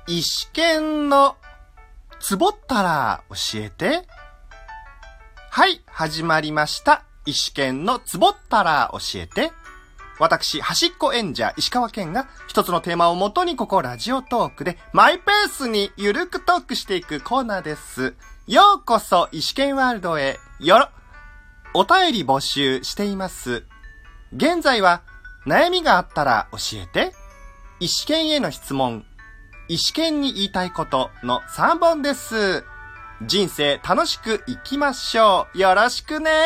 医師研のつぼったら教えて。はい、始まりました。医師研のつぼったら教えて。私、端っこ演者、石川県が一つのテーマをもとにここラジオトークでマイペースにゆるくトークしていくコーナーです。ようこそ医師研ワールドへお便り募集しています。現在は悩みがあったら教えて。医師研への質問。医師研に言いたいことの3本です。人生楽しく生きましょう。よろしくね。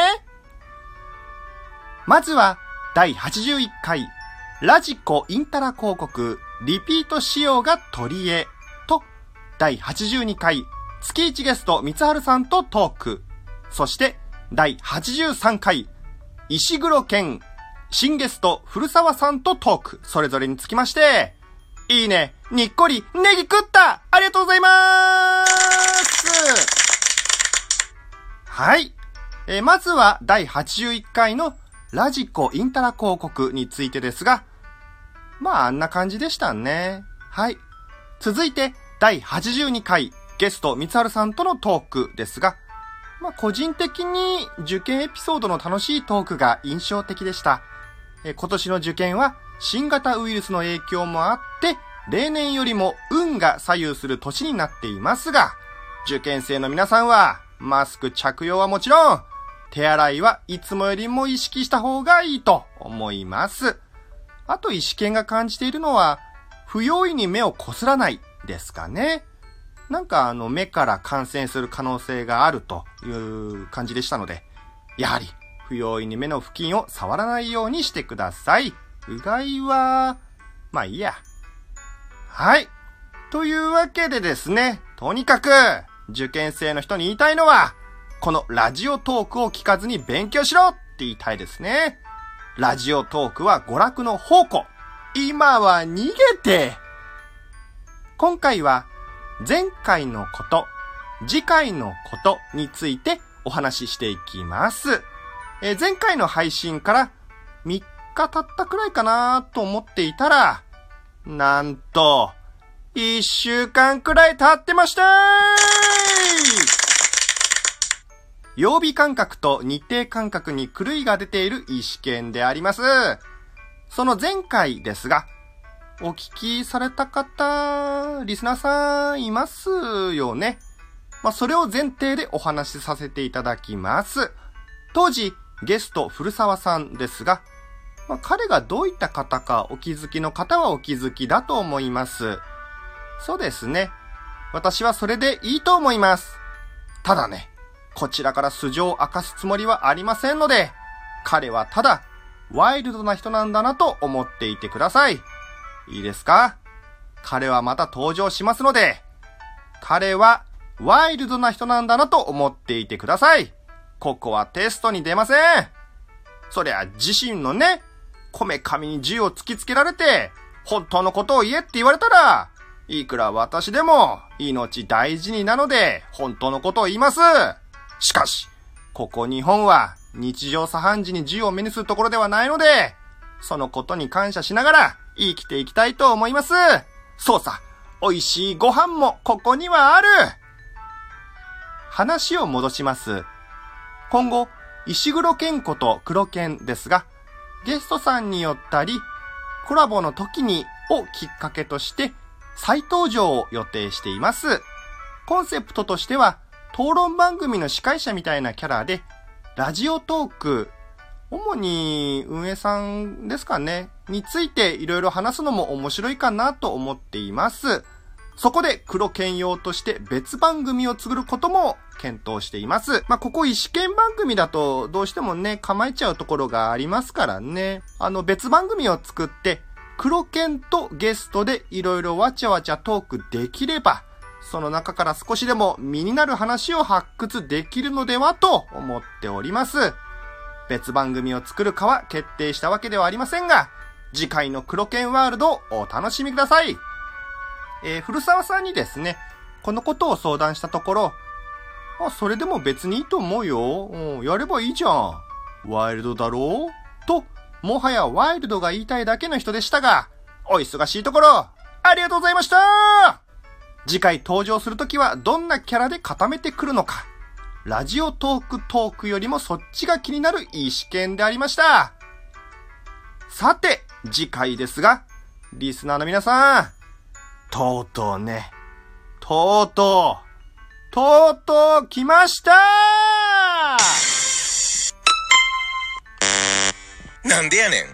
まずは第81回ラジコインタラ広告リピート仕様が取り柄と第82回月1ゲスト三春さんとトーク、そして第83回石黒健新ゲスト古澤さんとトーク、それぞれにつきましていいね、にっこり、ネギ食った、ありがとうございます。はい。まずは第81回のラジコインタラ広告についてですが、まああんな感じでしたね。はい。続いて第82回ゲスト三春さんとのトークですが、まあ個人的に受験エピソードの楽しいトークが印象的でした。今年の受験は新型ウイルスの影響もあって、例年よりも運が左右する年になっていますが、受験生の皆さんは、マスク着用はもちろん、手洗いはいつもよりも意識した方がいいと思います。あと医師研が感じているのは、不用意に目をこすらないですかね。なんか目から感染する可能性があるという感じでしたので、やはり不用意に目の付近を触らないようにしてください。うがいは、まあいいや。はい。というわけでですね、とにかく受験生の人に言いたいのは、このラジオトークを聞かずに勉強しろって言いたいですね。ラジオトークは娯楽の宝庫。今は逃げて。今回は前回のこと、次回のことについてお話ししていきます。前回の配信から3日経ったくらいかなと思っていたら、なんと1週間くらい経ってましたー。曜日感覚と日程感覚に狂いが出ている医師研であります。その前回ですが、お聞きされた方、リスナーさんいますよね。それを前提でお話しさせていただきます。当時ゲスト古澤さんですが、彼がどういった方かお気づきの方はお気づきだと思います。そうですね。私はそれでいいと思います。ただね、こちらから素性を明かすつもりはありませんので、彼はただワイルドな人なんだなと思っていてください。いいですか？彼はまた登場しますので、彼はワイルドな人なんだなと思っていてください。ここはテストに出ません。そりゃ自身のね、こめかみに銃を突きつけられて、本当のことを言えって言われたら、いくら私でも命大事になので、本当のことを言います。しかし、ここ日本は日常茶飯事に銃を目にするところではないので、そのことに感謝しながら生きていきたいと思います。そうさ、美味しいご飯もここにはある。話を戻します。今後、石黒健こと黒健ですが、ゲストさんによったり、コラボの時にをきっかけとして再登場を予定しています。コンセプトとしては、討論番組の司会者みたいなキャラで、ラジオトーク、主に運営さんですかね、についていろいろ話すのも面白いかなと思っています。そこで黒研用として別番組を作ることも検討しています。ここ医師研番組だとどうしてもね、構えちゃうところがありますからね。別番組を作って、黒研とゲストでいろいろわちゃわちゃトークできれば、その中から少しでも身になる話を発掘できるのではと思っております。別番組を作るかは決定したわけではありませんが、次回の黒研ワールドをお楽しみください。古澤さんにですね、このことを相談したところ、それでも別にいいと思うよ。やればいいじゃん。ワイルドだろうと、もはやワイルドが言いたいだけの人でしたが、お忙しいところ、ありがとうございました。 次回登場するときはどんなキャラで固めてくるのか。ラジオトークよりもそっちが気になるいい試験でありました。さて、次回ですが、リスナーの皆さん、とうとう来ましたー。 なんでやねん。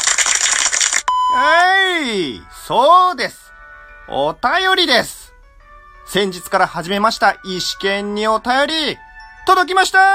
そうです。お便りです。先日から始めました医師研にお便り、届きました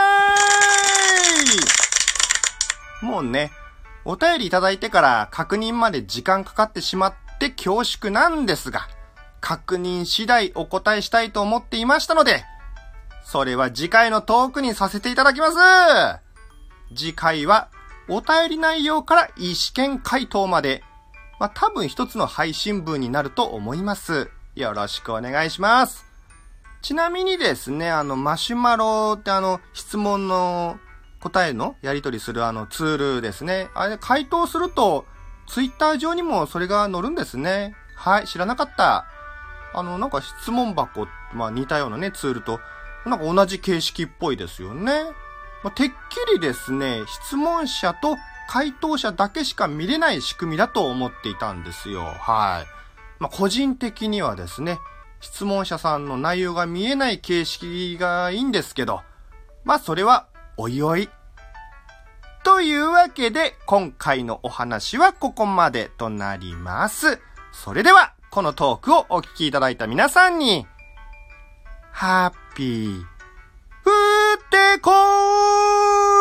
ー。もうね、お便りいただいてから確認まで時間かかってしまって恐縮なんですが、確認次第お答えしたいと思っていましたので、それは次回のトークにさせていただきます。次回はお便り内容から医師研回答まで、多分一つの配信文になると思います。よろしくお願いします。ちなみにですね、マシュマロって質問の答えのやり取りするツールですね。あれ、回答すると、ツイッター上にもそれが載るんですね。はい、知らなかった。なんか質問箱、似たようなね、ツールと、なんか同じ形式っぽいですよね。てっきりですね、質問者と回答者だけしか見れない仕組みだと思っていたんですよ。はい。個人的にはですね、質問者さんの内容が見えない形式がいいんですけど、それはおいおい。というわけで、今回のお話はここまでとなります。それでは、このトークをお聞きいただいた皆さんに、ハッピー、ふってこー